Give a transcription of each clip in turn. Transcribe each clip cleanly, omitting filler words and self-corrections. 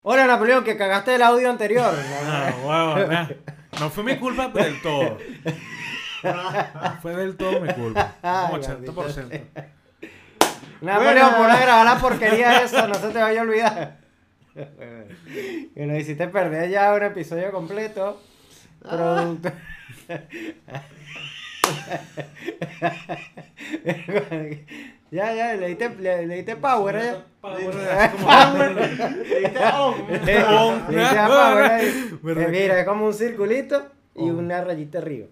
Hola Napoleón, que cagaste el audio anterior. No fue mi culpa del todo. No fue del todo mi culpa. Como 80%. Napoleón, por a grabar la porquería esa, no se te vaya a olvidar. Que nos hiciste perder ya un episodio completo. Producto. Ya, le diste power, ¿eh? Le diste power. Mira, es como un circulito y una rayita arriba.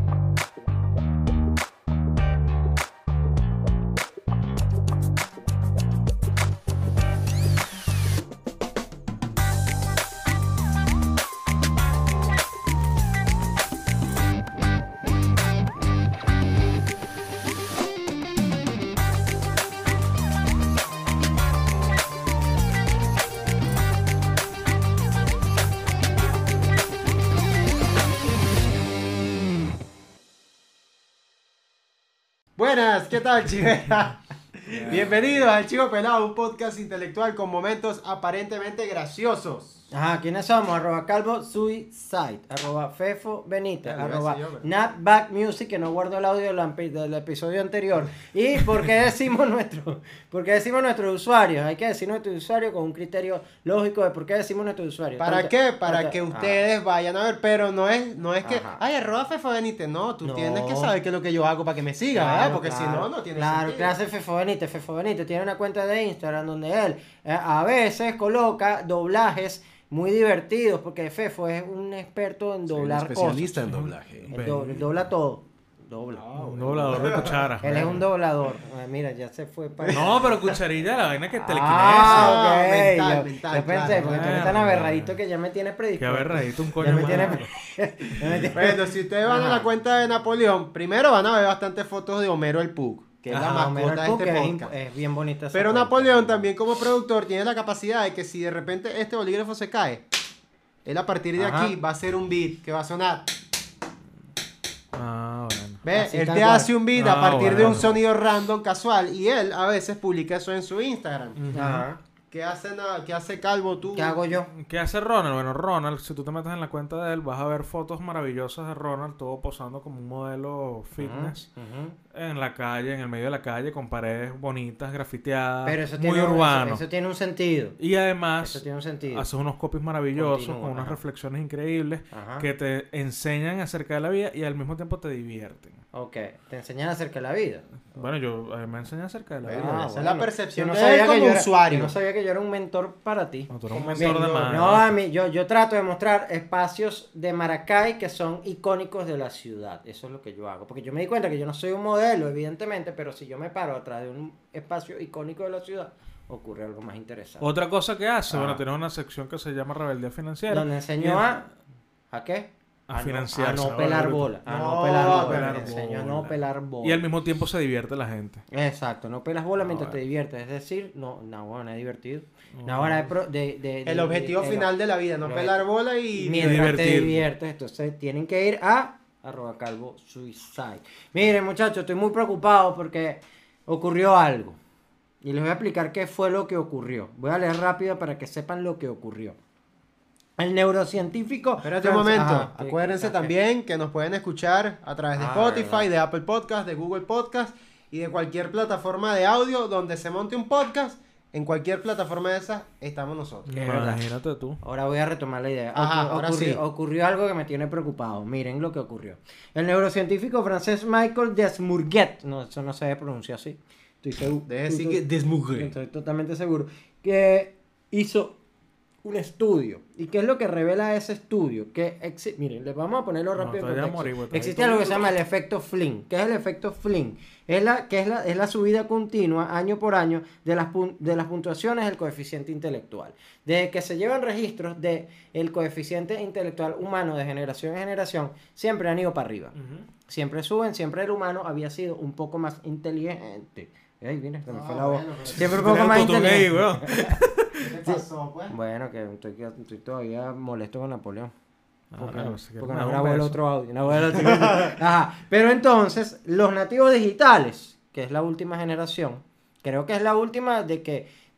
Buenas, ¿qué tal, chivera? Bienvenidos al Chivo Pelado, un podcast intelectual con momentos aparentemente graciosos. Ajá, ¿quiénes somos? @Calvo Suicide, @Fefo Benítez, Pero... Natback Music, que no guardo el audio del episodio anterior. ¿Y por qué decimos nuestros usuarios? Hay que decir nuestros usuarios con un criterio lógico de por qué decimos nuestros usuarios. ¿Para qué? Para que ustedes vayan a ver, pero no es que, ay, @Fefo Benítez, no, tú tienes que saber qué es lo que yo hago para que me siga, ¿verdad? Porque si no, no tiene sentido. Claro, hace Fefo Benítez tiene una cuenta de Instagram donde él a veces coloca doblajes muy divertidos, porque Fefo es un experto en doblar cosas. Especialista en doblaje. Él dobla todo. Un doblador de cuchara. Él es un doblador. Mira, ya se fue para... No, pero cucharilla, la vaina que telequinesis. Ok. Mental, Yo pensé, claro. porque tú eres tan aberradito que ya me tienes Qué predispuesto. aberradito un Ya coño me más. tienes... Bueno, si ustedes van a la cuenta de Napoleón, primero van a ver bastantes fotos de Homero el Pug, que es la mascota de este podcast. Es bien bonita esa Pero cuenta. Napoleón también como productor tiene la capacidad de que si de repente este bolígrafo se cae, él a partir de aquí va a hacer un beat que va a sonar. Ah, bueno. ¿Ves? Así Él tal te cual. hace un beat a partir de un bueno. sonido random casual y él a veces publica eso en su Instagram. Ajá. ¿Qué hace Calvo tú? ¿Qué hago yo? ¿Qué hace Ronald? Bueno, Ronald, si tú te metes en la cuenta de él, vas a ver fotos maravillosas de Ronald, todo posando como un modelo fitness en la calle, en el medio de la calle, con paredes bonitas, grafiteadas, Pero eso muy tiene, urbano. eso tiene un sentido. Y además, Eso tiene un sentido. haces unos copies maravillosos, Continúa, con unas ajá. reflexiones increíbles, Ajá. que te enseñan acerca de la vida y al mismo tiempo te divierten. Ok, te enseñan acerca de la vida. Bueno, yo me enseñé acerca de la Bueno, vida. esa es la percepción Yo de él como usuario. Yo no sabía que yo era un mentor para ti. No, tú eres un ¿Cómo mentor así? de madre. No, a mí, yo trato de mostrar espacios de Maracay que son icónicos de la ciudad. Eso es lo que yo hago. Porque yo me di cuenta que yo no soy un modelo, evidentemente, pero si yo me paro atrás de un espacio icónico de la ciudad, ocurre algo más interesante. Otra cosa que hace, Ah. bueno, tiene una sección que se llama Rebeldía Financiera. Donde enseñó ¿a qué? A financiarse. A no pelar bola. A no pelar bola. Me enseñó a no pelar bola. Y al mismo tiempo se divierte la gente. Exacto, no pelas bola mientras te bueno. diviertes. Es decir, bueno, es divertido. El objetivo final de la vida, no pelar bola y mientras te divertir. diviertes. Entonces tienen que ir a @Calvo Suicide. Miren, muchachos, estoy muy preocupado porque ocurrió algo. Y les voy a explicar qué fue lo que ocurrió. Voy a leer rápido para que sepan lo que ocurrió. El neurocientífico... Espérate un momento. Ajá, Acuérdense ¿qué? también que nos pueden escuchar a través de Spotify, verdad. de Apple Podcast, de Google Podcast y de cualquier plataforma de audio donde se monte un podcast. En cualquier plataforma de esas estamos nosotros. Es verdad. Imagínate tú. Ahora voy a retomar la idea. Ajá, ahora sí. Ocurrió algo que me tiene preocupado. Miren lo que ocurrió. El neurocientífico francés Michael Desmourguet, no, eso no se pronuncia así. Estoy seguro. Debe decir que Desmourguet. Estoy totalmente seguro. Que hizo un estudio. ¿Y qué es lo que revela ese estudio? Que miren, les vamos a ponerlo No, rápido en te voy a contexto. morir, güey, te Existe voy a algo que se llama el efecto Flynn. ¿Qué es el efecto Flynn? Es la subida continua, año por año, de las puntuaciones del coeficiente intelectual. Desde que se llevan registros del coeficiente intelectual humano de generación en generación, siempre han ido para arriba. Siempre suben, siempre el humano había sido un poco más inteligente. Ay, mira, se me fue la voz. bueno, Siempre un poco más inteligente. ¿Qué pasó, pues? Bueno, que estoy todavía molesto con Napoleón. Porque no, si quieres porque me no da un grabó el beso. otro audio. No grabó el otro audio. Ajá. Pero entonces, los nativos digitales, que es la última generación, creo que es la última de que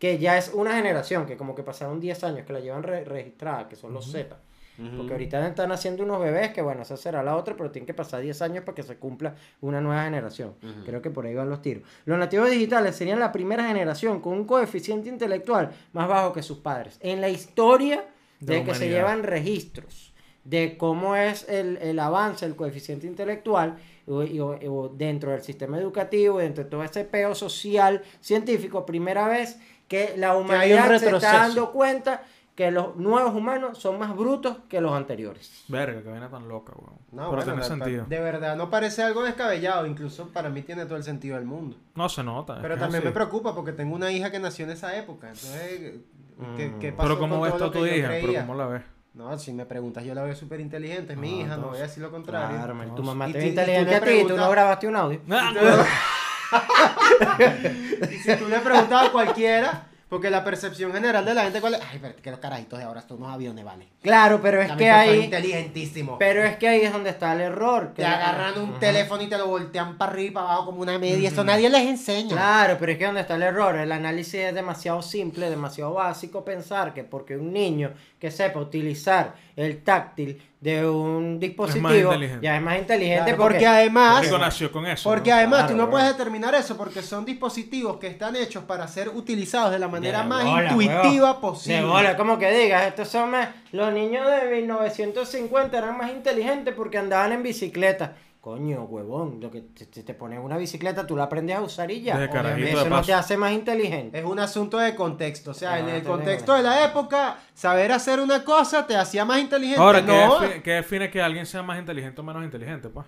que ya es una generación, que como que pasaron 10 años, que la llevan registrada, que son los Z. Porque ahorita están haciendo unos bebés que, bueno, esa será la otra, pero tienen que pasar 10 años para que se cumpla una nueva generación. Creo que por ahí van los tiros. Los nativos digitales serían la primera generación con un coeficiente intelectual más bajo que sus padres. En la historia de que se llevan registros de cómo es el avance del coeficiente intelectual o dentro del sistema educativo, dentro de todo ese peo social, científico, primera vez que la humanidad se está dando cuenta que los nuevos humanos son más brutos que los anteriores. Verga, que vaina tan loca, weón. No, pero bueno, tiene sentido. De verdad, no parece algo descabellado. Incluso para mí tiene todo el sentido del mundo. No se nota. Pero también me preocupa porque tengo una hija que nació en esa época. Entonces, ¿qué pasó? Pero ¿cómo con ves todo tú lo a tu que yo hija? ¿Pero creía? cómo la ves? No, si me preguntas, yo la veo súper inteligente. Es mi hija, no voy a decir lo contrario. Claro, No, tu mamá y te si- ve y tú inteligente le a ti y tú preguntas- no grabaste un audio. Y si tú le preguntas a cualquiera, porque la percepción general de la gente, ¿cuál es? Ay, pero que los carajitos de ahora son unos aviones, vale. Claro, pero es que Son ahí... inteligentísimos. Pero es que ahí es donde está el error. Te agarran un teléfono y te lo voltean para arriba y para abajo como una media. Eso nadie les enseña. Claro, pero es que donde está el error. El análisis es demasiado simple, demasiado básico pensar que porque un niño que sepa utilizar el táctil de un dispositivo inteligente. ya es más inteligente. Claro, porque además... Rico nació con eso. Porque ¿no? además Claro, tú no bro. puedes determinar eso porque son dispositivos que están hechos para ser utilizados de la manera De más bola, intuitiva huevón. posible. De bola, como que digas, estos son más... Los niños de 1950 eran más inteligentes porque andaban en bicicleta. Coño, huevón, lo que te pones una bicicleta, tú la aprendes a usar y ya. Desde carajito Eso de no paso. te hace más inteligente. Es un asunto de contexto. O sea, en el te contexto digo. de la época, saber hacer una cosa te hacía más inteligente. Ahora, no, ¿qué define que alguien sea más inteligente o menos inteligente, pues?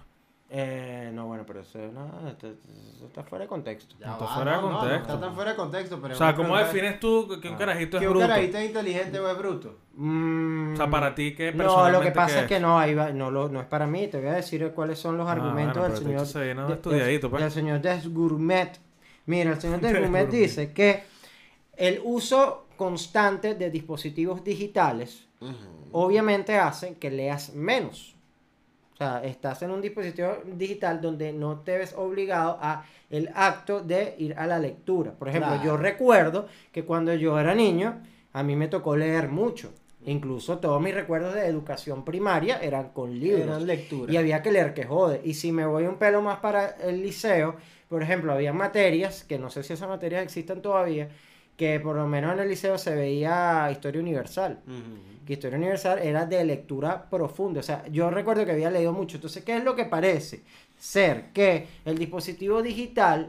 No, bueno, pero eso, eso está fuera de contexto. Ya Está va, fuera de no, contexto. No, está tan fuera de contexto. Pero O sea, es una ¿cómo pregunta- defines tú que un carajito es ¿Que un bruto? carajito es inteligente o es bruto? O sea, para ti, ¿qué No, personalmente lo que pasa qué es que no, ahí va, no es para mí. Te voy a decir cuáles son los argumentos bueno, del pero señor. esto se viene estudiadito, pues. Del señor Desgourmet. Mira, el señor Desgourmet Desgourmet. dice que el uso constante de dispositivos digitales obviamente hace que leas menos. O sea, estás en un dispositivo digital donde no te ves obligado a el acto de ir a la lectura. Por ejemplo, Claro. yo recuerdo que cuando yo era niño, a mí me tocó leer mucho. Incluso todos mis recuerdos de educación primaria eran con libros. Eran lecturas. Y había que leer, que jode. Y si me voy un pelo más para el liceo, por ejemplo, había materias, que no sé si esas materias existen todavía, que por lo menos en el liceo se veía Historia Universal. Que Historia Universal era de lectura profunda. O sea, yo recuerdo que había leído mucho. Entonces, ¿qué es lo que parece ser? Que el dispositivo digital,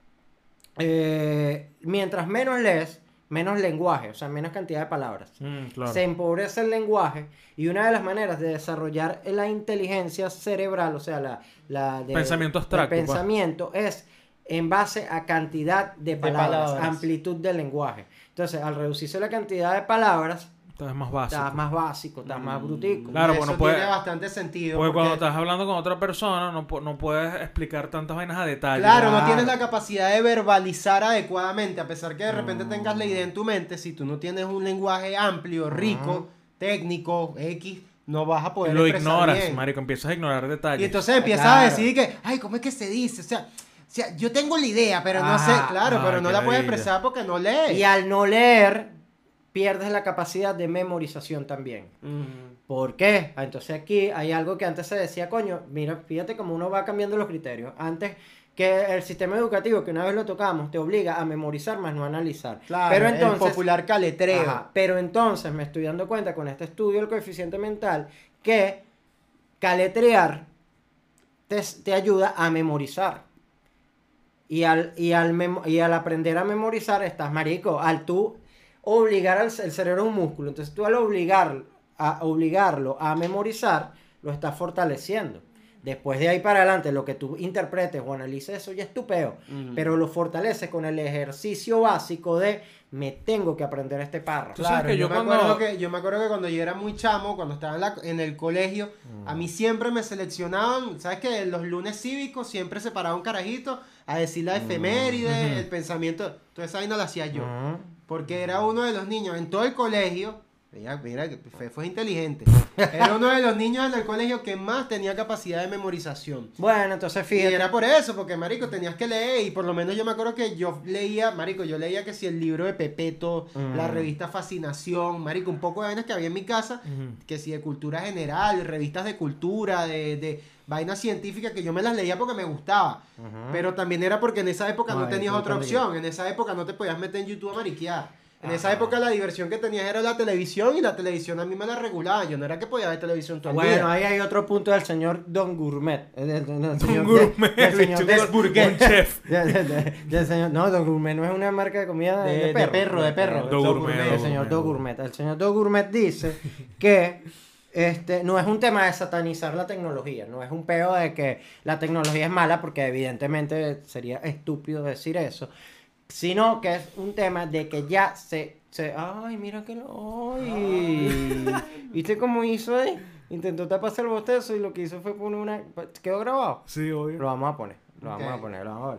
mientras menos lees, menos lenguaje, o sea, menos cantidad de palabras. Claro. Se empobrece el lenguaje y una de las maneras de desarrollar la inteligencia cerebral, o sea, Pensamiento abstracto, el pensamiento es en base a cantidad de palabras, amplitud del lenguaje. Entonces, al reducirse la cantidad de palabras, Estás más básico. estás más básico, estás más brutico. Claro, Eso bueno, puede- tiene bastante sentido. Porque cuando porque- estás hablando con otra persona, no puedes explicar tantas vainas a detalle. Claro, Claro. no tienes la capacidad de verbalizar adecuadamente, a pesar que de repente tengas la idea en tu mente, si tú no tienes un lenguaje amplio, rico, técnico, X, no vas a poder Lo expresar ignoras, bien. marico, empiezas a ignorar detalles. Y entonces empiezas Claro. a decir que, ay, ¿cómo es que se dice? O sea, yo tengo la idea, pero no sé, Ajá. claro, Ay, pero no qué la puedes ladilla. expresar porque no lees. Y al no leer, pierdes la capacidad de memorización también. Ujú. ¿Por qué? Entonces aquí hay algo que antes se decía, coño, mira, fíjate cómo uno va cambiando los criterios. Antes que el sistema educativo, que una vez lo tocamos, te obliga a memorizar más no a analizar. Claro, pero el entonces, popular caletreo. ajá, pero entonces me estoy dando cuenta con este estudio del coeficiente mental que caletrear te ayuda a memorizar. Y al aprender a memorizar, estás marico. Al tú obligar el cerebro a un músculo. Entonces tú al obligarlo a memorizar, lo estás fortaleciendo. Después de ahí para adelante, lo que tú interpretes o analices, eso ya es tu peo. Pero lo fortaleces con el ejercicio básico de me tengo que aprender este párrafo. Tú sabes que yo me cuando- acuerdo yo me acuerdo que cuando yo era muy chamo, cuando estaba en el colegio, a mí siempre me seleccionaban, ¿sabes qué? Los lunes cívicos siempre se paraba un carajito a decir la efeméride, el pensamiento, toda esa vaina la hacía yo. Porque era uno de los niños en todo el colegio Mira, fue inteligente. Era uno de los niños en el colegio que más tenía capacidad de memorización. Bueno, entonces Y fíjate. era por eso, porque, marico, tenías que leer. Y por lo menos yo me acuerdo que yo leía que si el libro de Pepeto, la revista Fascinación, marico, un poco de vainas que había en mi casa, que si de cultura general, revistas de cultura, de vainas científicas, que yo me las leía porque me gustaba. Pero también era porque en esa época no tenías otra opción. En esa época no te podías meter en YouTube a mariquear. En esa época la diversión que tenías era la televisión, y la televisión a mí me la regulaba. Yo no era que podía ver televisión todo el Bueno, día. ahí hay otro punto del señor Don Gourmet. Don Gourmet, del señor un chef. del señor, no, Don Gourmet no es una marca de comida de perro. de perro. Don Gourmet. El señor Don Gourmet. El señor Don Gourmet dice que no es un tema de satanizar la tecnología, no es un peo de que la tecnología es mala, porque evidentemente sería estúpido decir eso, sino que es un tema de que ya ay, mira que ay, ¿viste cómo hizo ahí? Intentó taparse el bostezo y lo que hizo fue poner una... ¿Quedó grabado? Sí, obvio. Lo vamos a poner, lo vamos a ver.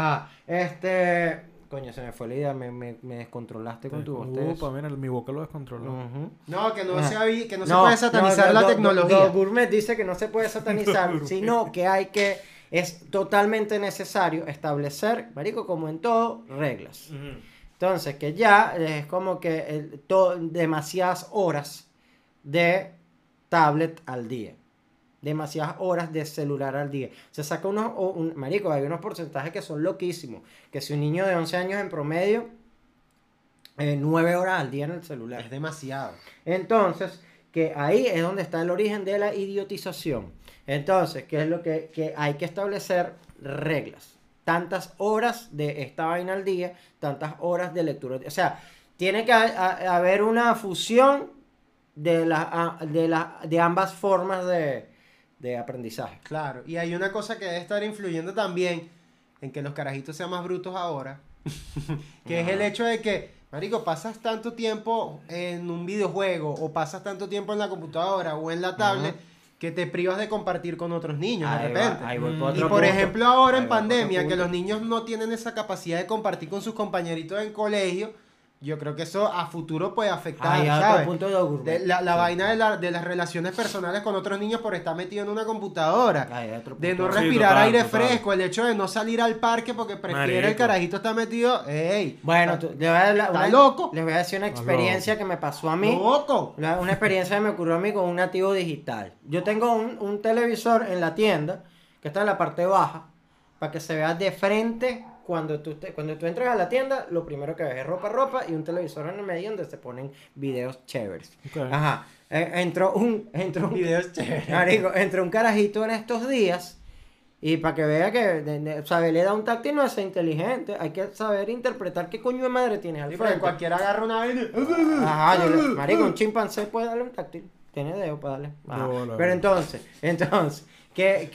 Ajá, coño, se me fue la idea, me descontrolaste con tu bostezo. Upa, mira, mi boca lo descontroló. No, que no Ajá. se puede satanizar la tecnología. Don Gourmet dice que no se puede satanizar, sino que es totalmente necesario establecer, marico, como en todo, reglas. Entonces, que ya es como que demasiadas horas de tablet al día. Demasiadas horas de celular al día. Se saca marico, hay unos porcentajes que son loquísimos. Que si un niño de 11 años en promedio, 9 horas al día en el celular. Es demasiado. Entonces, que ahí es donde está el origen de la idiotización. Entonces, ¿qué es lo que hay que establecer? Reglas. Tantas horas de esta vaina al día, tantas horas de lectura. O sea, tiene que haber una fusión de ambas formas de aprendizaje. Claro, y hay una cosa que debe estar influyendo también en que los carajitos sean más brutos ahora, que es el hecho de que, marico, pasas tanto tiempo en un videojuego o pasas tanto tiempo en la computadora o en la tablet que te privas de compartir con otros niños de repente. Y por ejemplo ahora en pandemia, que los niños no tienen esa capacidad de compartir con sus compañeritos en colegio, yo creo que eso a futuro puede afectar, ¿sabes? La vaina de las relaciones personales con otros niños por estar metido en una computadora. De no respirar aire fresco, el hecho de no salir al parque porque prefiere el carajito estar metido. ¡Ey! Bueno, ¿está loco? Les voy a decir una experiencia que me pasó a mí. ¡Loco! Una experiencia que me ocurrió a mí con un nativo digital. Yo tengo un televisor en la tienda que está en la parte baja para que se vea de frente. Cuando tú entras a la tienda, lo primero que ves es ropa y un televisor en el medio donde se ponen videos chéveres. Okay. Ajá. Entró un Videos chéveres. marico, entró un carajito en estos días y para que vea que saber le da un táctil no es ser inteligente, hay que saber interpretar qué coño de madre tienes al Sí, frente. porque cualquiera agarra una vaina y... Ajá, marico, un chimpancé puede darle un táctil. Tiene dedo para darle. Ajá. No, Pero entonces, ¿qué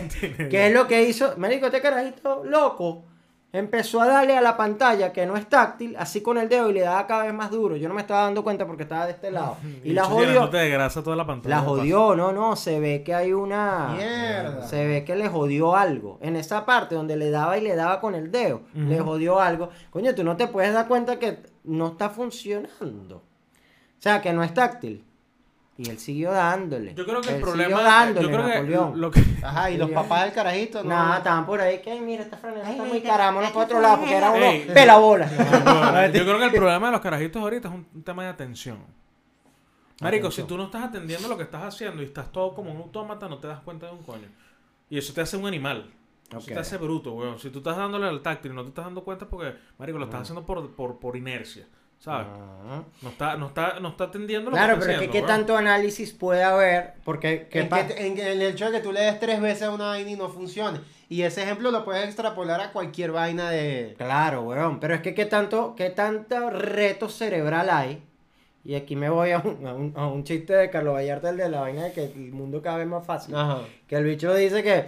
es lo que hizo? Marico, este carajito loco empezó a darle a la pantalla que no es táctil, así con el dedo, y le daba cada vez más duro. Yo no me estaba dando cuenta porque estaba de este lado. Y la jodió. De grasa toda la pantalla. La jodió, no, se ve que hay una... Mierda. Se ve que le jodió algo. En esa parte donde le daba con el dedo, le jodió algo. Coño, tú no te puedes dar cuenta que no está funcionando. O sea, que no es táctil. Y él siguió dándole. Yo creo que el Él problema... siguió dándole, yo creo Napoleón. que lo que... Ajá, y los papás del carajito, ¿no? Nada, estaban por ahí que, mira, esta franela está muy cara, vámonos para otro lado, porque era uno Ey. pelabola. Yo creo que el problema de los carajitos ahorita es un tema de atención. Marico, Atención. si tú no estás atendiendo lo que estás haciendo y estás todo como un autómata, no te das cuenta de un coño. Y eso te hace un animal. Eso te hace bruto, weón. Si tú estás dándole al táctil y no te estás dando cuenta porque, marico, lo estás haciendo por inercia. ¿Sabes? No está atendiendo lo Claro, que está pero es que haciendo, qué weón. tanto análisis puede haber, porque... En el hecho de que tú le des 3 veces a una vaina y no funcione. Y ese ejemplo lo puedes extrapolar a cualquier vaina de... Claro, weón, pero es que qué tanto reto cerebral hay. Y aquí me voy a un chiste de Carlos Vallarta, el de la vaina de que el mundo cada vez más fácil. Ajá. Que el bicho dice que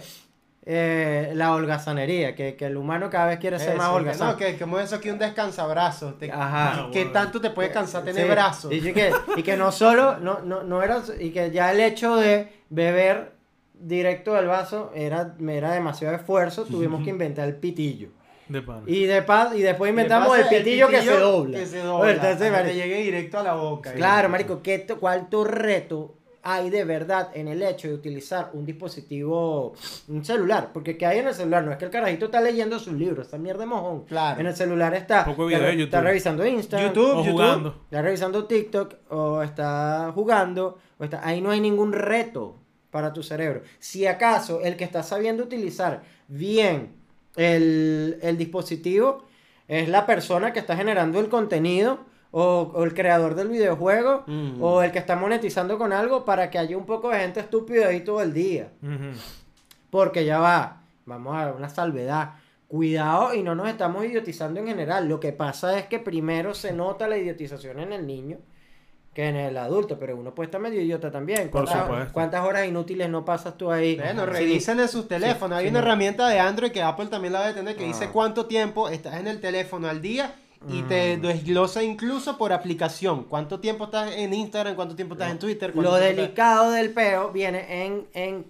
la holgazanería, que el humano cada vez quiere ser más holgazán. No, que como eso que un descansabrazos. Ajá. ¿Qué tanto te puede cansar tener Sí, brazos? y que no solo, no era, y que ya el hecho de beber directo del vaso era demasiado esfuerzo, tuvimos que inventar el pitillo. De pana. Y después inventamos el pitillo que se dobla. Que se dobla. Entonces, para que marico, te llegue directo a la boca. claro, marico, ¿cuál tu reto hay de verdad en el hecho de utilizar un dispositivo, un celular? Porque ¿qué hay en el celular? No es que el carajito está leyendo sus libros, esa mierda de mojón. Claro. En el celular está, Poco video de YouTube. está revisando Instagram, O jugando. está revisando TikTok, o está jugando, ahí no hay ningún reto para tu cerebro. Si acaso el que está sabiendo utilizar bien el dispositivo es la persona que está generando el contenido, o el creador del videojuego, o el que está monetizando con algo, para que haya un poco de gente estúpida ahí todo el día. Porque ya vamos a ver una salvedad. Cuidado y no nos estamos idiotizando en general. Lo que pasa es que primero se nota la idiotización en el niño que en el adulto, pero uno puede estar medio idiota también. Por supuesto. ¿Cuántas horas inútiles no pasas tú ahí? Bueno, revisen en sus teléfonos. Hay una herramienta de Android que Apple también la debe tener que dice cuánto tiempo estás en el teléfono al día y te desglosa incluso por aplicación. ¿Cuánto tiempo estás en Instagram? ¿Cuánto tiempo estás en Twitter? Lo delicado del peo viene en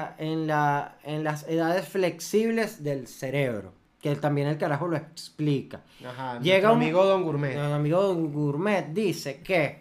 las edades flexibles del cerebro, que también el carajo lo explica. Ajá, Llega un amigo Don Gourmet. El amigo Don Gourmet dice que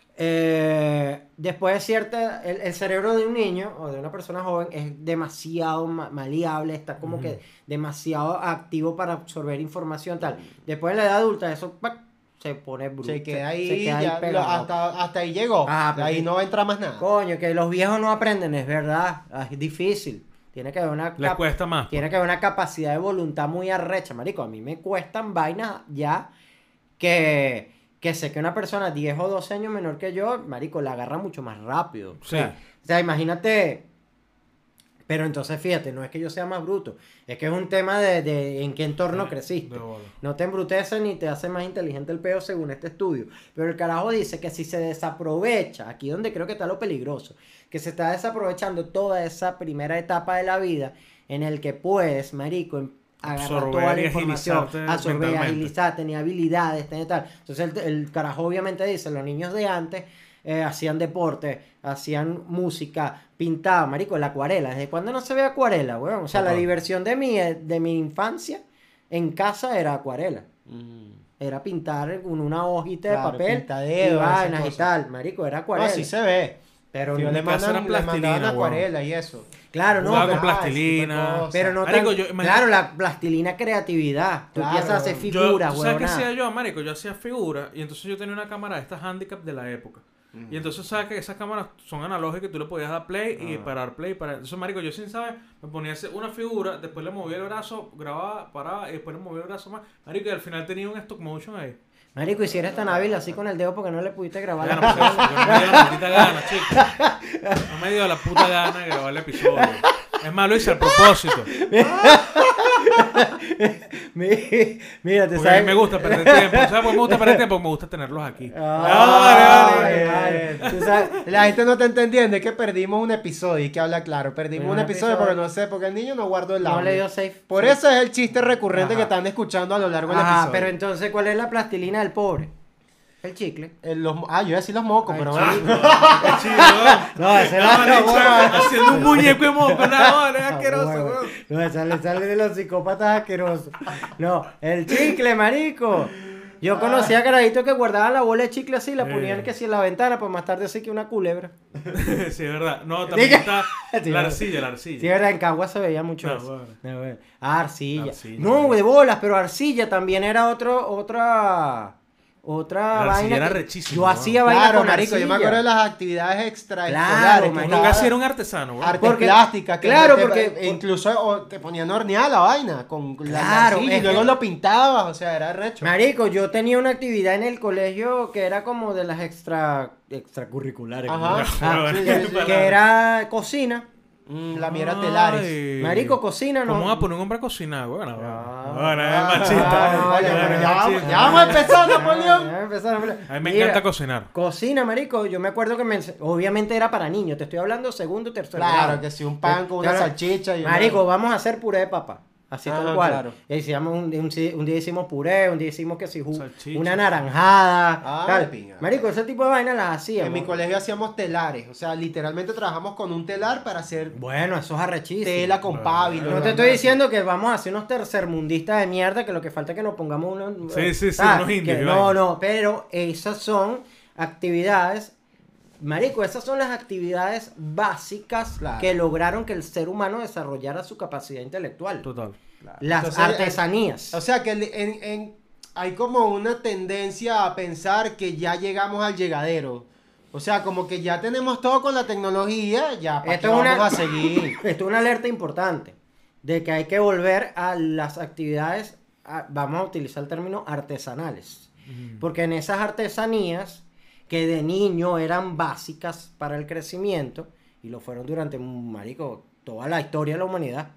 después de cierta, el cerebro de un niño o de una persona joven es demasiado maleable, está como que demasiado activo para absorber información tal. Después en la edad adulta eso se pone bruto. Se queda ahí, se queda ahí ya, pegado. hasta ahí llegó. De ahí no va a entrar más nada. Coño, que los viejos no aprenden, es verdad, es difícil. Tiene que haber Les cuesta más. Tiene que haber una capacidad de voluntad muy arrecha, marico. A mí me cuestan vainas ya que sé que una persona 10 o 12 años menor que yo, marico, la agarra mucho más rápido. Sí. O sea, imagínate. Pero entonces, fíjate, no es que yo sea más bruto. Es que es un tema de en qué entorno creciste. No te embrutece ni te hace más inteligente el peo según este estudio. Pero el carajo dice que si se desaprovecha, aquí donde creo que está lo peligroso, que se está desaprovechando toda esa primera etapa de la vida en el que puedes, marico, agarrar toda la información, absorber, agilizar, tener habilidades, tener tal. Entonces el carajo obviamente dice, los niños de antes hacían deporte, hacían música, pintaban, marico, la acuarela. ¿Desde cuándo no se ve acuarela, weón? O sea, la diversión de mi infancia en casa era acuarela. Era pintar con una hojita de papel y vainas y tal, marico, era acuarela. No, sí se ve. Pero yo le mandaban acuarela y eso. Claro, no, pero, con plastilina. Pero no marico, claro, la plastilina creatividad. Tú empiezas a hacer figuras, güey. ¿Sabes qué hacía yo, marico? Yo hacía figuras y entonces yo tenía una cámara de estas handicap de la época. Y entonces sabes que esas cámaras son analógicas y tú le podías dar play y parar play. Entonces, marico, yo sin saber me ponía a hacer una figura, después le movía el brazo, grababa, paraba y después le movía el brazo más. Marico, y al final tenía un stop motion ahí. Marico, y si eres tan hábil así con el dedo porque no le pudiste grabar no me dio la puta gana, chico. No me dio la puta gana de grabar el episodio. Es más, lo hice al propósito. Mira, porque a mí me gusta perder tiempo. ¿Sabes por qué me gusta perder tiempo? Me gusta tenerlos aquí. La gente no te entendiendo, es que perdimos un episodio y que habla claro. Perdimos un episodio porque no sé, porque el niño no guardó el audio. No le dio safe. Por eso es el chiste recurrente que están escuchando a lo largo del episodio. Pero entonces, ¿cuál es la plastilina del pobre? El chicle. Yo iba a decir los mocos, pero bueno. No, ese era haciendo un muñeco de moco, no, es asqueroso, weón. No, sale de los psicópatas asquerosos. No, el chicle, marico. Yo conocía carajitos que guardaban la bola de chicle así, la ponían que si en la ventana, pues más tarde así que una culebra. Sí, es verdad. No, también está la arcilla. Sí, es verdad, en Cagua se veía mucho eso. Bueno. Arcilla. No, de bolas, pero arcilla también era otra vaina. Era rechísimo. Yo hacía vaina con marico, arcilla. yo me acuerdo de las actividades extraescolares. Claro, marico. Casi era un artesano, güey. Arte plástica. Porque incluso te ponían a hornear la vaina con la arcilla y luego lo pintabas, o sea, era recho. Marico, yo tenía una actividad en el colegio que era como de las extracurriculares. Ajá. Que era cocina. La mía era telares. Marico, cocina, ¿no? ¿Cómo vas a poner un hombre a cocinar, güey? Bueno, es machista. Ya vamos a empezar, Napoleón. A mí me encanta cocinar. Cocina, marico. Yo me acuerdo que obviamente era para niños. Te estoy hablando segundo, tercero. Claro, que si un pan con una salchicha. Marico, vamos a hacer puré de papa. Así Ah, tal cual. claro. Y hicimos un día hicimos puré, un día hicimos que si Salchicha. una naranjada. Ah, tal. de pinga. Marico, ese tipo de vainas las hacíamos. En mi colegio hacíamos telares, o sea, literalmente trabajamos con un telar para hacer Bueno, eso es arrechísimo. tela con pábilo. No te estoy diciendo que vamos a ser unos tercermundistas de mierda, que lo que falta es que nos pongamos unos... Sí, unos indios. No, pero esas son actividades... Marico, esas son las actividades básicas Claro. que lograron que el ser humano desarrollara su capacidad intelectual. Total. Las Entonces, artesanías. O sea, que hay como una tendencia a pensar que ya llegamos al llegadero. O sea, como que ya tenemos todo con la tecnología, ya ¿para Esto qué es vamos una- a seguir? Esto es una alerta importante de que hay que volver a las actividades, vamos a utilizar el término artesanales. Porque en esas artesanías que de niño eran básicas para el crecimiento, y lo fueron durante, marico, toda la historia de la humanidad,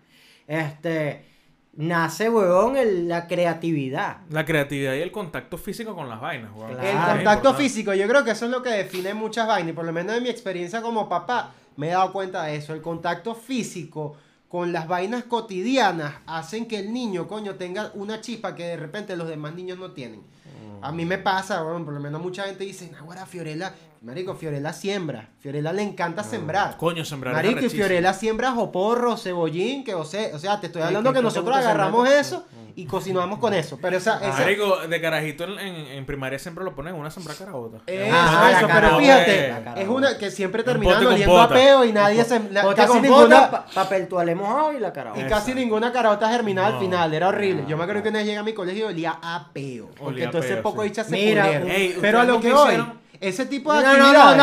nace, huevón, la creatividad. La creatividad y el contacto físico con las vainas, weón. Claro. El Ah, contacto importante. físico, yo creo que eso es lo que define muchas vainas. Y por lo menos en mi experiencia como papá, me he dado cuenta de eso. El contacto físico con las vainas cotidianas hacen que el niño, coño, tenga una chispa que de repente los demás niños no tienen. A mí me pasa, bueno, por lo menos mucha gente dice, ahora Fiorella, marico, Fiorella siembra. Fiorella le encanta sembrar. Coño, sembrar es Marico, y arrechísimo. Fiorella siembra joporro, cebollín, que o sea, te estoy ¿Y hablando qué que te nosotros gusta agarramos sembrar? eso y cocinamos con eso. Pero esa Marico, de carajito en primaria siempre lo ponen en una sembrar carabota. Ajá, eso, la pero carabota, fíjate, la carabota. es una que siempre Un terminan pote con oliendo a pota. peo y nadie se... Bote casi con ninguna... pota, papel toalé mojado y la cara. Y casi ninguna carota germinada al No. final, era horrible. Yo me acuerdo que una vez llegué a mi colegio y olía a peo. Porque Olía a entonces peo, poco sí. dicha se Mira, pudrieron. Ey, Pero a lo ¿ustedes que nunca hoy, hicieron? ese tipo de No.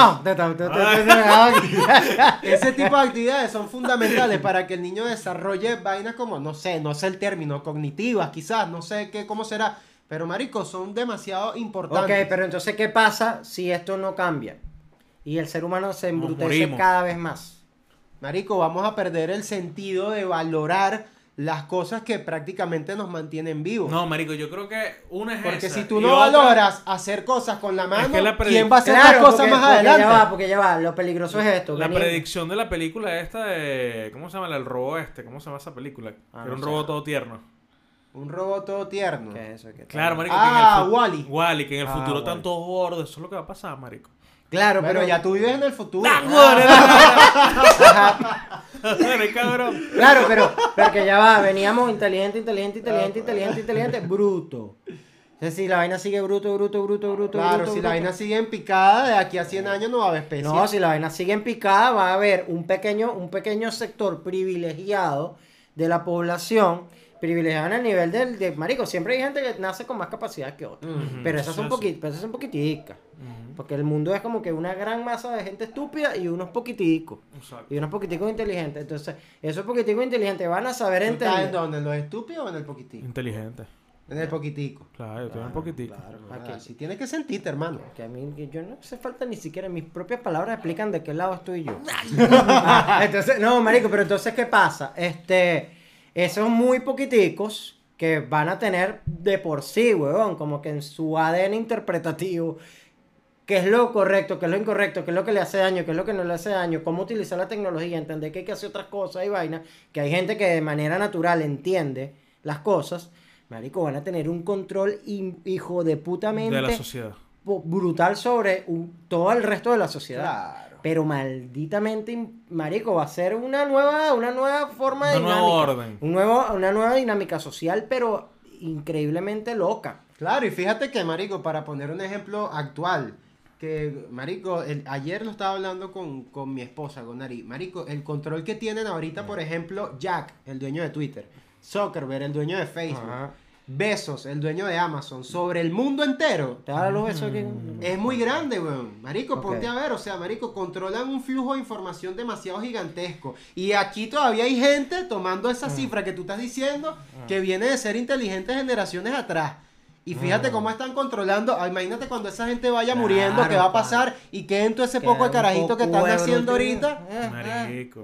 ese tipo de actividades son fundamentales para que el niño desarrolle vainas como, no sé el término, cognitivas quizás, no sé cómo será. Pero marico, son demasiado Ok, importantes. pero entonces, ¿qué pasa si esto no cambia? Y el ser humano se embrutece morimos. cada vez más. Marico, vamos a perder el sentido de valorar las cosas que prácticamente nos mantienen vivos. No, marico, yo creo que una es Porque esa, si tú y no otra- valoras hacer cosas con la mano, que la ¿quién va a hacer Claro, las cosas porque- más porque adelante? porque ya va, lo peligroso es esto. La venir- predicción de la película esta de... ¿Cómo se llama? El robot este. ¿Cómo se llama esa película? Ah, Era no un sé. robot todo tierno. Un robot todo tierno. ¿Qué es eso? ¿Qué tal? Claro, marico. Ah, que en el Wall-E. Wall-E, que en el Ah, futuro Wall-E. están todos gordos. Eso es lo que va a pasar, marico. Claro, Pero pero ya tú vives en el futuro. Eres cabrón. Claro, pero que ya va, veníamos inteligente, bruto. O sea, si la vaina sigue bruto. Claro, si la vaina sigue en picada, de aquí a 100 años no va a haber especie. No, si la vaina sigue en picada, va a haber un pequeño sector privilegiado de la población, privilegiado en el nivel de marico. Siempre hay gente que nace con más capacidad que otra. Pero esas son poquiticas. Porque el mundo es como que una gran masa de gente estúpida y unos poquiticos. Exacto. Y unos poquiticos inteligentes. Entonces, esos poquiticos inteligentes van a saber ¿Tú estás en entender. dónde? ¿En los estúpidos o en el poquitico? Inteligente. En el poquitico. Claro, yo tengo un poquitico. Aquí. Así tienes que sentirte, hermano. Que a mí que yo no hace falta ni siquiera mis propias palabras explican de qué lado estoy yo. Entonces, no, marico, pero entonces ¿qué pasa? Esos muy poquiticos que van a tener de por sí, huevón, como que en su ADN interpretativo, qué es lo correcto, qué es lo incorrecto, qué es lo que le hace daño, qué es lo que no le hace daño, cómo utilizar la tecnología, entender que hay que hacer otras cosas y vainas, que hay gente que de manera natural entiende las cosas, marico, van a tener un control hijo de putamente De la sociedad. brutal sobre todo el resto de la sociedad. Claro. Pero malditamente, marico, va a ser una nueva forma de Una nueva orden. una nueva dinámica social, pero increíblemente loca. Claro, y fíjate que, marico, para poner un ejemplo actual, que, marico, ayer lo estaba hablando con mi esposa, con Nari. Marico, el control que tienen ahorita, por ejemplo, Jack, el dueño de Twitter, Zuckerberg, el dueño de Facebook, Ajá. Bezos, el dueño de Amazon, sobre el mundo entero. ¿Te da los besos aquí? Es muy grande, weón. Marico, Ok. ponte a ver, o sea, marico, controlan un flujo de información demasiado gigantesco. Y aquí todavía hay gente tomando esa cifra que tú estás diciendo, que viene de ser inteligentes generaciones atrás. Y fíjate cómo están controlando. Imagínate cuando esa gente vaya Claro, muriendo, ¿qué va a pa. pasar? Y queden todo ese Queda poco de un carajito que poco están huevo, naciendo ¿no? ahorita. Marico,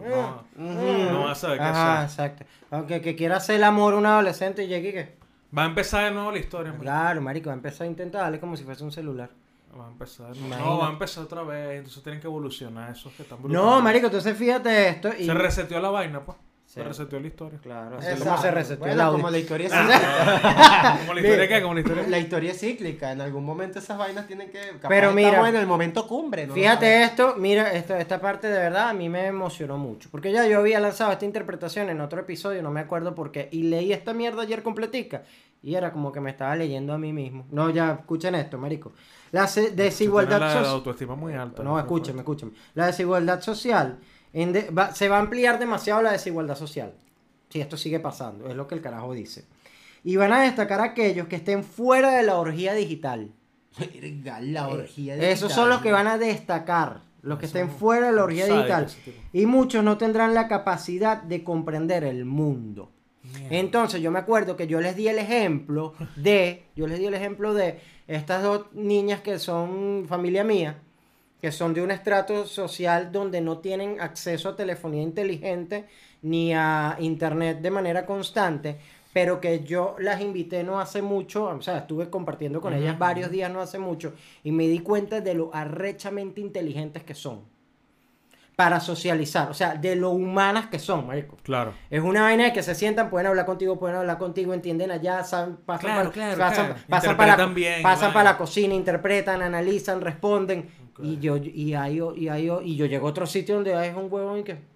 no vas a saber qué Ajá, hacer. exacto. Aunque que quiera hacer el amor a un adolescente y llegue que... Va a empezar de nuevo la historia, marico. Claro, marico, va a empezar a intentar darle como si fuese un celular. Va a empezar. Imagínate. No, va a empezar otra vez. Entonces tienen que evolucionar esos que están No, brutales. marico, entonces fíjate esto y... Se reseteó la vaina, pues. Se reseteó la historia. Claro, así Exacto. como se reseteó el Bueno, audio. como la historia es cíclica. ¿Como la historia qué? ¿Como la historia? La historia es cíclica. En algún momento esas vainas tienen que... capaz Pero mira, estamos en el momento cumbre, ¿no? Fíjate esto, mira, esta parte de verdad a mí me emocionó mucho. Porque ya yo había lanzado esta interpretación en otro episodio, no me acuerdo por qué. Y leí esta mierda ayer completica. Y era como que me estaba leyendo a mí mismo. No, ya, escuchen esto, marico. La desigualdad La social... autoestima muy alta. No, escúcheme. La desigualdad social... se va a ampliar demasiado la desigualdad social. Si esto sigue pasando, es lo que el carajo dice. Y van a destacar aquellos que estén fuera de la orgía digital. Verga, la orgía Esos son los que van a destacar. Los que estén fuera de la orgía sádicos, digital. ese tipo. Y muchos no tendrán la capacidad de comprender el mundo. Mierda. Entonces yo me acuerdo que yo les di el ejemplo de estas dos niñas que son familia mía, que son de un estrato social donde no tienen acceso a telefonía inteligente ni a internet de manera constante, pero que yo las invité no hace mucho, o sea, estuve compartiendo con ellas varios días no hace mucho, y me di cuenta de lo arrechamente inteligentes que son para socializar, o sea, de lo humanas que son, marico. Claro. Es una vaina de que se sientan, pueden hablar contigo, entienden allá, saben, pasan para la cocina, interpretan, analizan, responden. Y yo llego a otro sitio donde es un huevón y que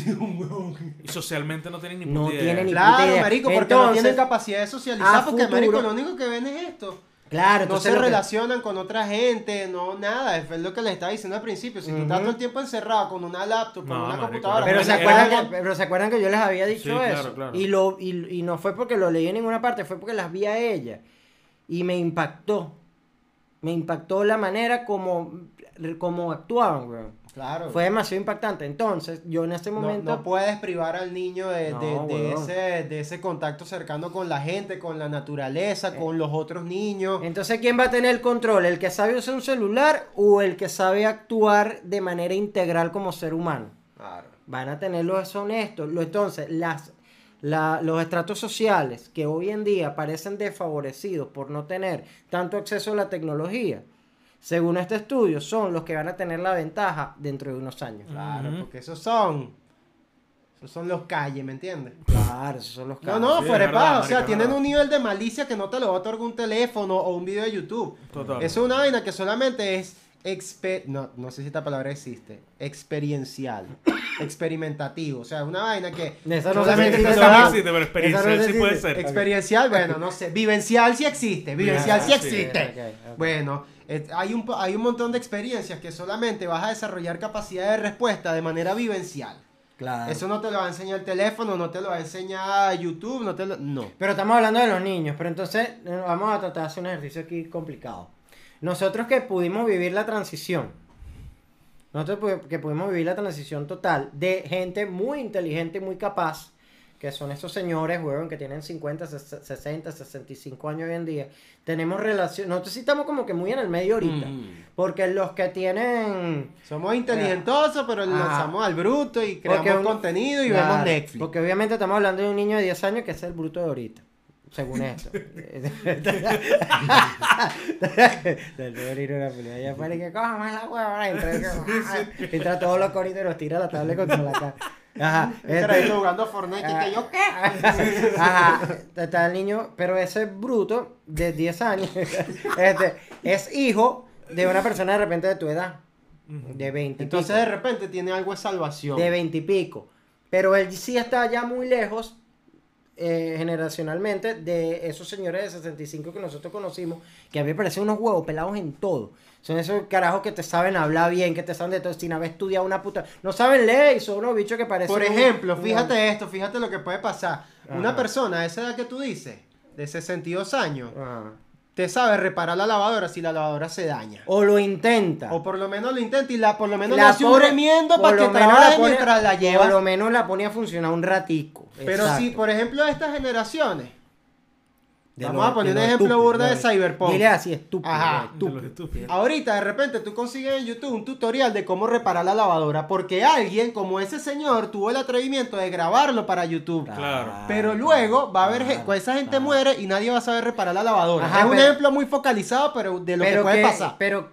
Y socialmente no tienen ni no puta idea. tienen ni puta Claro, idea. marico, porque Entonces, no tienen capacidad de socializar. a Porque, futuro- marico, lo único que ven es esto. claro, No entonces se lo que- relacionan con otra gente, no nada. Es lo que les estaba diciendo al principio. Si tú estás todo el tiempo encerrado con una laptop, con No, una marico, computadora... Pero Bueno, se, era acuerdan como- pero se acuerdan que yo les había dicho Sí, claro, eso. claro. Y no fue porque lo leí en ninguna parte, fue porque las vi a ella. Y me impactó. Me impactó la manera como actuaban, weón. Claro. Fue demasiado impactante. Entonces, yo en ese No, momento... no puedes privar al niño No, huevón. de ese contacto cercano con la gente, con la naturaleza, con los otros niños. Entonces, ¿quién va a tener el control? ¿El que sabe usar un celular o el que sabe actuar de manera integral como ser humano? Claro. Van a tener los honestos. Entonces, los estratos sociales que hoy en día parecen desfavorecidos por no tener tanto acceso a la tecnología, según este estudio, son los que van a tener la ventaja dentro de unos años. Claro, porque esos son los calles, ¿me entiendes? Claro, esos son los No, casos. no, Sí, fuera es de verdad, paja. O marico, sea, es tienen verdad. un nivel de malicia que no te lo otorga un teléfono o un video de YouTube. Total. Eso es una vaina que solamente es no sé si esta palabra existe. Experiencial. Experimentativo. O sea, es una vaina que Esa no solamente se te existe, lo Esa no da- existe, pero experiencial Esa no sí puede existe. ser. Experiencial, bueno, no sé. Vivencial sí existe. Vivencial sí sí, existe. ok. Bueno, hay un montón de experiencias que solamente vas a desarrollar capacidad de respuesta de manera vivencial. Claro. Eso no te lo va a enseñar el teléfono, no te lo va a enseñar YouTube, no. Pero estamos hablando de los niños, pero entonces vamos a tratar de hacer un ejercicio aquí complicado. Nosotros que pudimos vivir la transición, que pudimos vivir la transición total de gente muy inteligente y muy capaz, que son esos señores, huevón, que tienen 50, 60, 65 años hoy en día, tenemos relación, nosotros sí estamos como que muy en el medio ahorita, porque los que tienen... Somos inteligentosos, pero Ajá. lanzamos al bruto y creamos Porque contenido y claro, vemos Netflix. Porque obviamente estamos hablando de un niño de 10 años que es el bruto de ahorita. Según esto. Entra todos los coritos y los tira a la tablet contra la cara. Ajá. Carajito jugando Fortnite y que yo, ¿qué? Ajá. Está el niño, pero ese bruto de 10 años es hijo de una persona de repente de tu edad. De 20 y Entonces pico. de repente tiene algo de salvación. De 20 y pico. Pero él sí está ya muy lejos, generacionalmente, de esos señores de 65 que nosotros conocimos, que a mí me parecen unos huevos pelados en todo. Son esos carajos que te saben hablar bien, que te saben de todo, sin haber estudiado una puta... No saben leer y son unos bichos que parecen... Por ejemplo, fíjate lo que puede pasar. Ajá. Una persona de esa edad que tú dices, de 62 años, Ajá. te sabe reparar la lavadora si la lavadora se daña. O lo intenta. O por lo menos lo intenta y por lo menos La le hace un pone- remiendo por para que lo menos trabaje la pone- mientras la Por lleva. lo menos la pone a funcionar un ratico. Pero Exacto. si, por ejemplo, estas generaciones, De vamos lo- a poner de un lo ejemplo estúpido, burda de lo- Cyberpunk. Dile así, estúpido. Ajá. Estúpido. ahorita de repente tú consigues en YouTube un tutorial de cómo reparar la lavadora porque alguien como ese señor tuvo el atrevimiento de grabarlo para YouTube. Claro. Pero luego va a haber, claro, pues esa gente claro. muere y nadie va a saber reparar la lavadora. Ajá, es un pero- ejemplo muy focalizado, pero de lo que puede pasar. Pero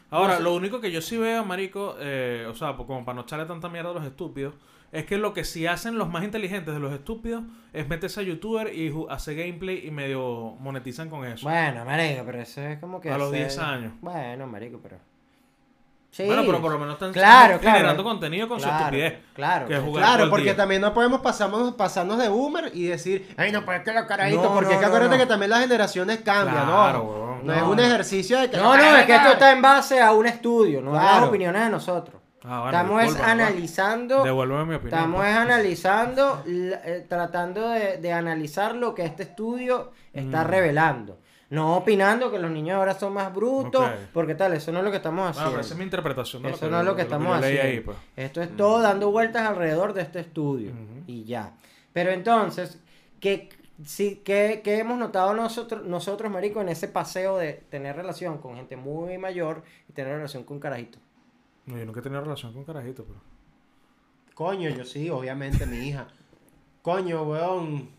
Ahora, No sé. lo único que yo sí veo, marico, o sea, como para no echarle tanta mierda a los estúpidos, es que lo que sí hacen los más inteligentes de los estúpidos es meterse a youtuber y hacer gameplay y medio monetizan con eso. Bueno, marico, pero eso es como que... A los hacer- 10 años. Bueno, marico, pero... Sí. Bueno, pero por lo menos están Claro, generando claro. contenido con Claro, su estupidez. claro. Que es jugar todo Claro, el porque día. también no podemos pasarnos de boomer y decir, ay, no, pues es que los carajitos, No, porque no, es que no, acuérdate no. que también las generaciones cambian, Claro, ¿no? huevón. No es No, un no. ejercicio de que... No, no, es que esto está en base a un estudio, no a las Claro. opiniones de nosotros. Ah, bueno, Estamos disculpa, analizando... Devuélveme mi opinión. Estamos pues. analizando, tratando de analizar lo que este estudio está revelando. No opinando que los niños ahora son más brutos, Ok. porque tal, eso no es lo que estamos Bueno, haciendo. pero esa es mi interpretación de Eso no es lo que estamos yo leí haciendo. ahí, pues. Esto es todo dando vueltas alrededor de este estudio. Ujú. Y ya. Pero entonces, ¿qué hemos notado nosotros, marico, en ese paseo de tener relación con gente muy mayor y tener relación con carajitos? No, yo nunca he tenido relación con carajito, pero... Coño, yo sí, obviamente, mi hija. Coño, weón.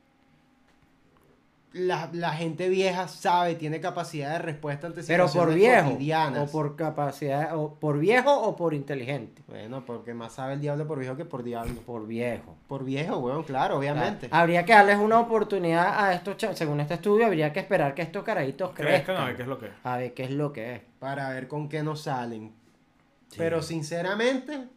La gente vieja sabe, tiene capacidad de respuesta ante Pero situaciones por viejo, cotidianas. o por capacidad, o por viejo o por inteligente. Bueno, porque más sabe el diablo por viejo que por diablo. Por viejo. Por viejo, weón, claro, obviamente. Claro. Habría que darles una oportunidad a estos según este estudio, habría que esperar que estos carajitos Crezcan crezcan. a ver qué es lo que es. A ver qué es lo que es. Para ver con qué nos salen. Sí. Pero sinceramente,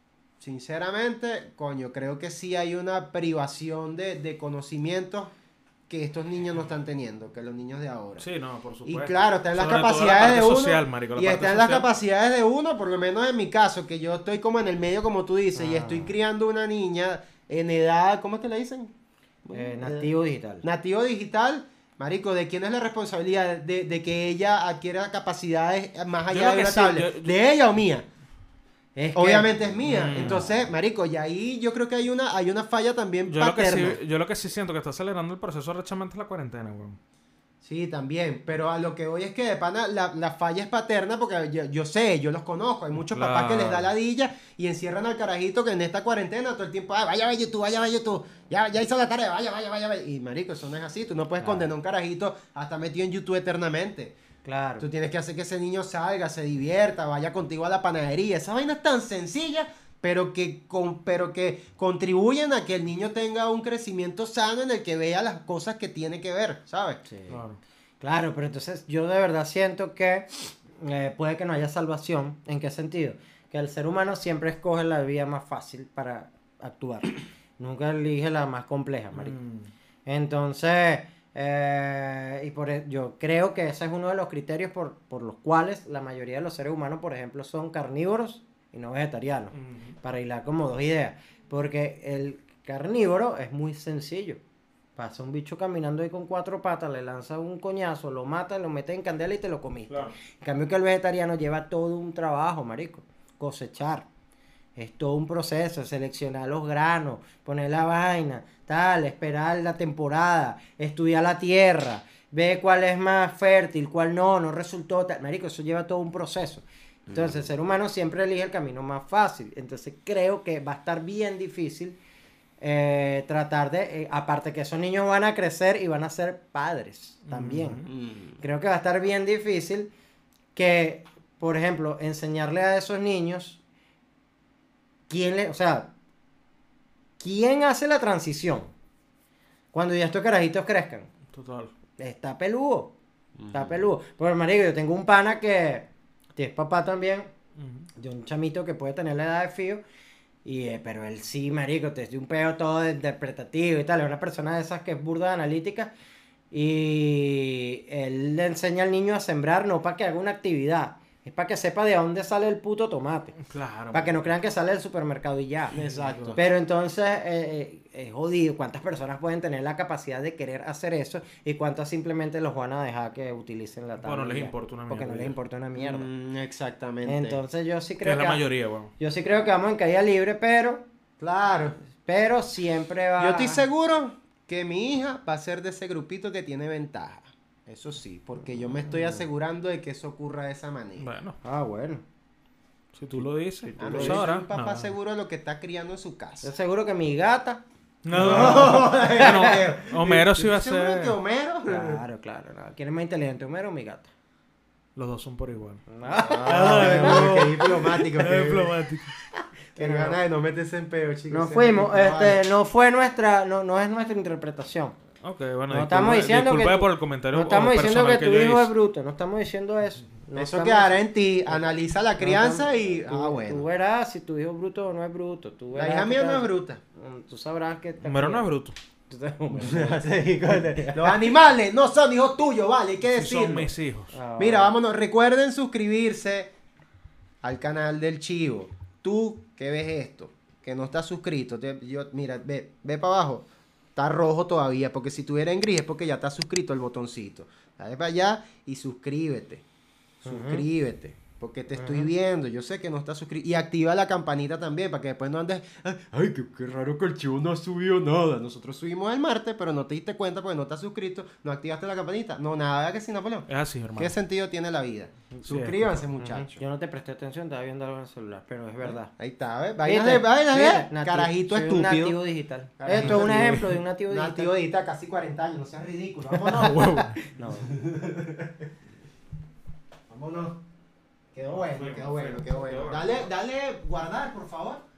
coño, creo que sí hay una privación de conocimientos que estos niños no están teniendo, que los niños de ahora. Sí, no, por Y supuesto. claro, están las Sobre todo la capacidades parte de uno social, marico, la y parte están las social. capacidades de uno, por lo menos en mi caso, que yo estoy como en el medio, como tú dices, y Ah. estoy criando una niña en edad, ¿cómo es que le dicen? Nativo digital. Nativo digital. Marico, ¿de quién es la responsabilidad de que ella adquiera capacidades más Yo allá lo de que una sí, tablet? yo- ¿De ella o mía? Es que- Obviamente es mía. Mm. Entonces, marico, y ahí yo creo que hay una falla también Yo lo, que paterna. sí, yo lo que sí siento que está acelerando el proceso rechamente es la cuarentena, weón. Sí, también. Pero a lo que voy es que de pana la falla es paterna porque yo sé, yo los conozco. Hay muchos papás que les da Claro. ladilla y encierran al carajito que en esta cuarentena todo el tiempo, "Ah, vaya, YouTube, vaya, YouTube. Ya hizo la tarea, vaya. Y marico, eso no es así. Tú no puedes Claro. condenar a un carajito hasta metido en YouTube eternamente. Claro. Tú tienes que hacer que ese niño salga, se divierta, vaya contigo a la panadería. Esa vaina es tan sencilla, pero que contribuyen a que el niño tenga un crecimiento sano en el que vea las cosas que tiene que ver, ¿sabes? Sí. Claro. Claro, pero entonces yo de verdad siento que puede que no haya salvación. ¿En qué sentido? Que el ser humano siempre escoge la vía más fácil para actuar. Nunca elige la más compleja, marico. Entonces, yo creo que ese es uno de los criterios por los cuales la mayoría de los seres humanos, por ejemplo, son carnívoros y no vegetarianos. Para hilar como dos ideas. Porque el carnívoro es muy sencillo. Pasa un bicho caminando ahí con cuatro patas, le lanza un coñazo, lo mata, lo mete en candela y te lo comiste. Claro. En cambio que el vegetariano lleva todo un trabajo, marico. Cosechar. Es todo un proceso, seleccionar los granos, poner la vaina, tal, esperar la temporada, estudiar la tierra, ver cuál es más fértil, cuál no resultó tal. Marico, eso lleva todo un proceso. Entonces, el ser humano siempre elige el camino más fácil. Entonces, creo que va a estar bien difícil tratar de... aparte que esos niños van a crecer y van a ser padres también. Creo que va a estar bien difícil que, por ejemplo, enseñarle a esos niños quién hace la transición cuando ya estos carajitos crezcan. Total. Está peludo. Está peludo. Pero, marico, yo tengo un pana que es papá también de un chamito que puede tener la edad de Fío. Pero él sí, marico, te es de un peo todo interpretativo y tal. Es una persona de esas que es burda de analítica. Y él le enseña al niño a sembrar no para que haga una actividad. Es para que sepa de dónde sale el puto tomate. Claro. Para que no crean que sale del supermercado y ya. Exacto. Pero entonces es jodido. ¿Cuántas personas pueden tener la capacidad de querer hacer eso? Y cuántas simplemente los van a dejar que utilicen la tabla. Bueno, les y ya? importa una Porque mierda no les ya. importa una mierda. Exactamente. Entonces yo sí Que creo es la mayoría, weón. yo sí creo que vamos en caída libre, Claro. pero siempre va... Yo estoy seguro que mi hija va a ser de ese grupito que tiene ventaja. Eso sí, porque yo me estoy asegurando de que eso ocurra de esa manera. Bueno, Ah, bueno. si tú lo dices, Ah, tú no, lo yo soy sabrás. un papá No. seguro de lo que está criando en su Yo casa. seguro que mi gata... No. Bueno, Homero sí va a ¿Estás seguro ser. que Homero? Claro. No. ¿Quién es más inteligente, Homero o mi gata? Los dos son por igual. Ay, qué diplomático. Es diplomático. Qué ganas de no meterse en peo, chicos. Nos Ese fuimos, vale. no fue nuestra, no es nuestra interpretación. Ok, bueno, No estamos diciendo que disculpe tu- por el comentario No estamos diciendo que personal tu yo hijo hice. es bruto, no estamos diciendo eso. No Eso estamos- quedará en ti. Analiza la no crianza estamos- y... Tú, Ah, tú bueno. verás si tu hijo es bruto o no es bruto. Tú La verás hija qué mía no tal. es bruta. Tú sabrás que... Homero no es bruto. Sí, los animales no son hijos tuyos, vale, hay que Sí decirlo. son mis hijos. Mira, vámonos. Recuerden suscribirse al canal del Chivo. Tú que ves esto, que no estás suscrito, mira, ve para abajo. Está rojo todavía, porque si tuviera en gris es porque ya está suscrito el botoncito. Dale para allá y suscríbete. Suscríbete. Porque te estoy viendo, yo sé que no estás suscrito. Y activa la campanita también, para que después no andes... Ay, qué raro que el Chivo no ha subido nada. Nosotros subimos el martes, pero no te diste cuenta porque no estás suscrito. No activaste la campanita. No, nada que sí, Napoleón. Es así, hermano. ¿Qué sentido tiene la vida? Suscríbanse, muchachos. Yo no te presté atención, estaba viendo algo en el celular, pero es verdad. Ahí está, ¿ves? ¿Viste? Vainas de ¿Viste? Nativo- carajito soy un estúpido. nativo digital. Carajito Esto es un estúpido. ejemplo de un nativo digital. Nativo digital, casi 40 años, no seas ridículo. Vámonos. No. Vámonos. Quedó bueno. Dale guardar, por favor.